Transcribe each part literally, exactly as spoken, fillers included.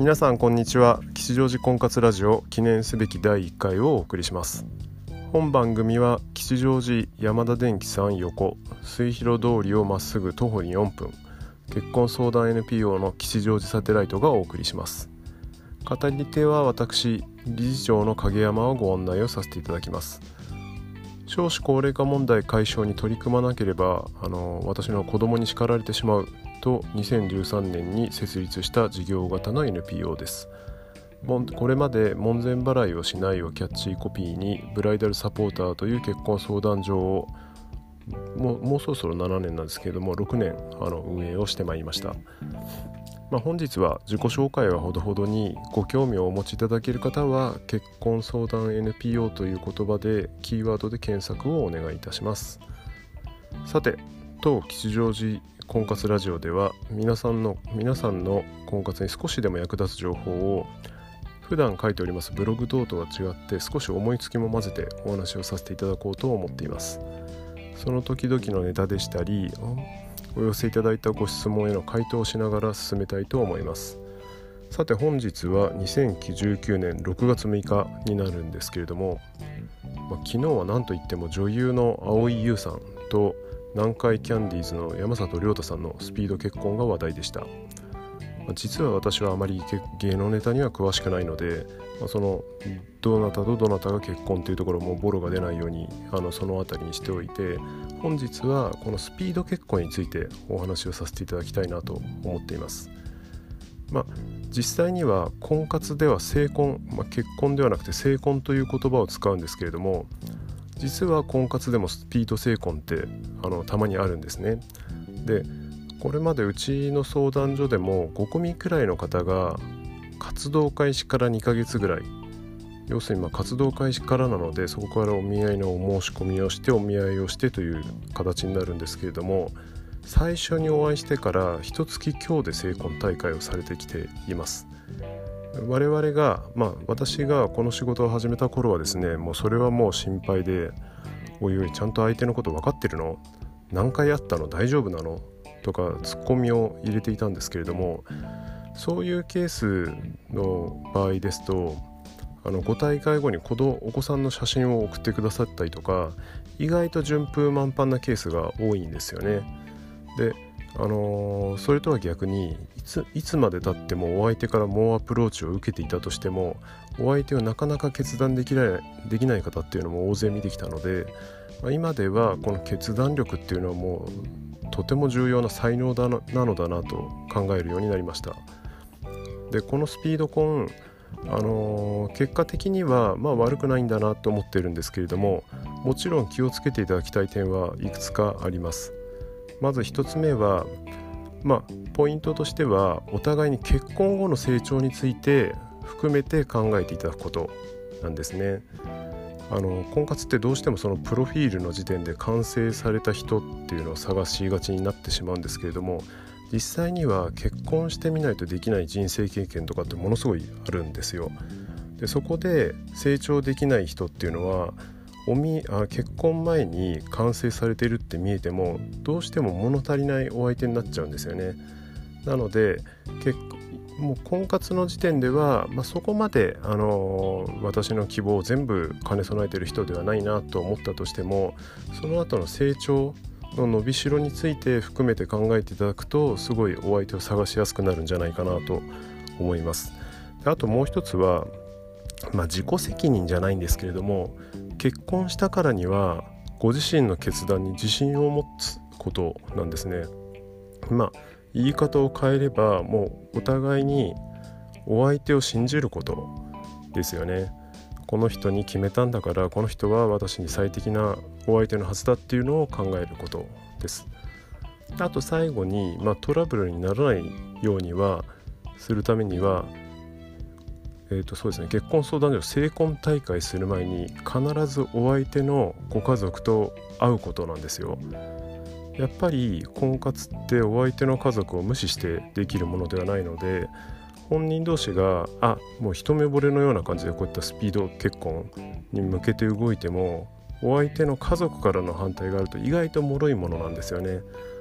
皆さんこんにちは。吉祥寺婚活ラジオ記念すべきだいいっかいをお送りします。本番組は吉祥寺山田電機さん横末広通りをまっすぐ徒歩によんぷん、結婚相談 エヌピーオー の吉祥寺サテライトがお送りします。語り手は私理事長の影山をご案内をさせていただきます。少子高齢化問題解消に取り組まなければあの私の子供に叱られてしまうとにせんじゅうさんねんに設立した事業型の エヌピーオー です。これまで門前払いをしないをキャッチーコピーにブライダルサポーターという結婚相談所をもう、もうそろそろななねんなんですけれどもろくねんあの運営をしてまいりました。まあ、本日は自己紹介はほどほどに、ご興味をお持ちいただける方は結婚相談 エヌピーオー という言葉でキーワードで検索をお願いいたします。さて、当吉祥寺婚活ラジオでは皆さんの皆さんの婚活に少しでも役立つ情報を普段書いておりますブログ等とは違って少し思いつきも混ぜてお話をさせていただこうと思っています。その時々のネタでしたりお寄せいただいたご質問への回答をしながら進めたいと思います。さて、本日はにせんじゅうきゅうねんろくがつむいかになるんですけれども、まあ、昨日は何といっても女優の蒼井優さんと南海キャンディーズの山里亮太さんのスピード結婚が話題でした。まあ、実は私はあまり芸能ネタには詳しくないので、まあ、そのどなたとどなたが結婚というところもボロが出ないようにあのそのあたりにしておいて、本日はこのスピード結婚についてお話をさせていただきたいなと思っています。まあ、実際には婚活では成婚、まあ、結婚ではなくて成婚という言葉を使うんですけれども、実は婚活でもスピード成婚ってあのたまにあるんですね。で、これまでうちの相談所でもごくみくらいの方が活動開始からにかげつぐらい、要するにまあ活動開始からなので、そこからお見合いのお申し込みをしてお見合いをしてという形になるんですけれども、最初にお会いしてから一月強で成婚大会をされてきています。我々が、まあ私がこの仕事を始めた頃はですね、もうそれはもう心配で、おいおいちゃんと相手のこと分かってるの？何回会ったの？大丈夫なの？とかツッコミを入れていたんですけれども、そういうケースの場合ですと、あのご大会後に子どお子さんの写真を送ってくださったりとか、意外と順風満帆なケースが多いんですよね。で、あのー、それとは逆にいつ、いつまで経ってもお相手から猛アプローチを受けていたとしても、お相手をなかなか決断できない、できない方っていうのも大勢見てきたので、まあ、今ではこの決断力っていうのはもうとても重要な才能だな、なのだなと考えるようになりました。で、このスピード婚、あのー、結果的にはまあ悪くないんだなと思ってるんですけれども、もちろん気をつけていただきたい点はいくつかあります。まず一つ目は、まあ、ポイントとしてはお互いに結婚後の成長について含めて考えていただくことなんですね。あの婚活ってどうしてもそのプロフィールの時点で完成された人っていうのを探しがちになってしまうんですけれども、実際には結婚してみないとできない人生経験とかってものすごいあるんですよ。で、そこで成長できない人っていうのはおみあ結婚前に完成されているって見えても、どうしても物足りないお相手になっちゃうんですよね。なので結もう婚活の時点では、まあ、そこまで、あのー、私の希望を全部兼ね備えている人ではないなと思ったとしても、その後の成長の伸びしろについて含めて考えていただくと、すごいお相手を探しやすくなるんじゃないかなと思います。で、あともう一つは、まあ、自己責任じゃないんですけれども、結婚したからにはご自身の決断に自信を持つことなんですね。まあ言い方を変えれば、もうお互いにお相手を信じることですよね。この人に決めたんだから、この人は私に最適なお相手のはずだっていうのを考えることです。あと最後に、まあ、トラブルにならないようにはするためには、えーとそうですね、結婚相談所成婚大会する前に必ずお相手のご家族と会うことなんですよ。やっぱり婚活ってお相手の家族を無視してできるものではないので、本人同士があもう一目惚れのような感じでこういったスピード結婚に向けて動いても、お相手の家族からの反対があると意外と脆いものなんですよね。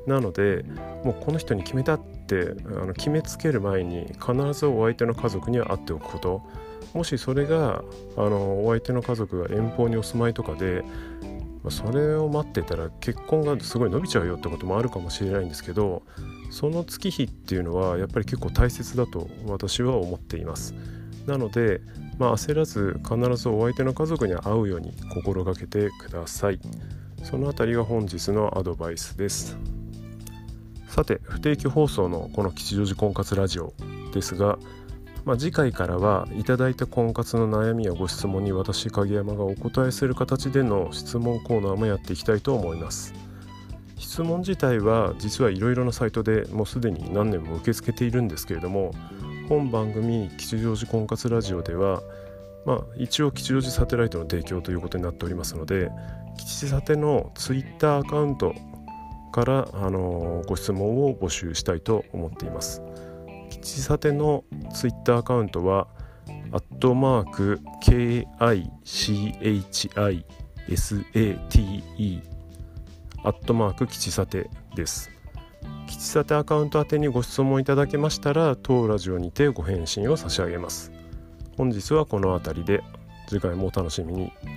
なのでもうこの人に決めたってあの決めつける前に必ずお相手の家族には会っておくこと。もしそれがあのお相手の家族が遠方にお住まいとかで、それを待ってたら結婚がすごい伸びちゃうよってこともあるかもしれないんですけど、その月日っていうのはやっぱり結構大切だと私は思っています。なので、まあ、焦らず必ずお相手の家族に会うように心がけてください。そのあたりが本日のアドバイスです。さて、不定期放送のこの吉祥寺婚活ラジオですが、まあ、次回からはいただいた婚活の悩みやご質問に私影山がお答えする形での質問コーナーもやっていきたいと思います。質問自体は実はいろいろなサイトでもうすでに何年も受け付けているんですけれども、本番組吉祥寺婚活ラジオでは、まあ、一応吉祥寺サテライトの提供ということになっておりますので、吉サテのツイッターアカウントから、あのー、ご質問を募集したいと思っています。吉サテのツイッターアカウントはアットマーク ケーアイシーエイチアイエスエーティーイー アットマーク吉サテです。吉サテアカウント宛てにご質問いただけましたら当ラジオにてご返信を差し上げます。本日はこの辺りで、次回もお楽しみに。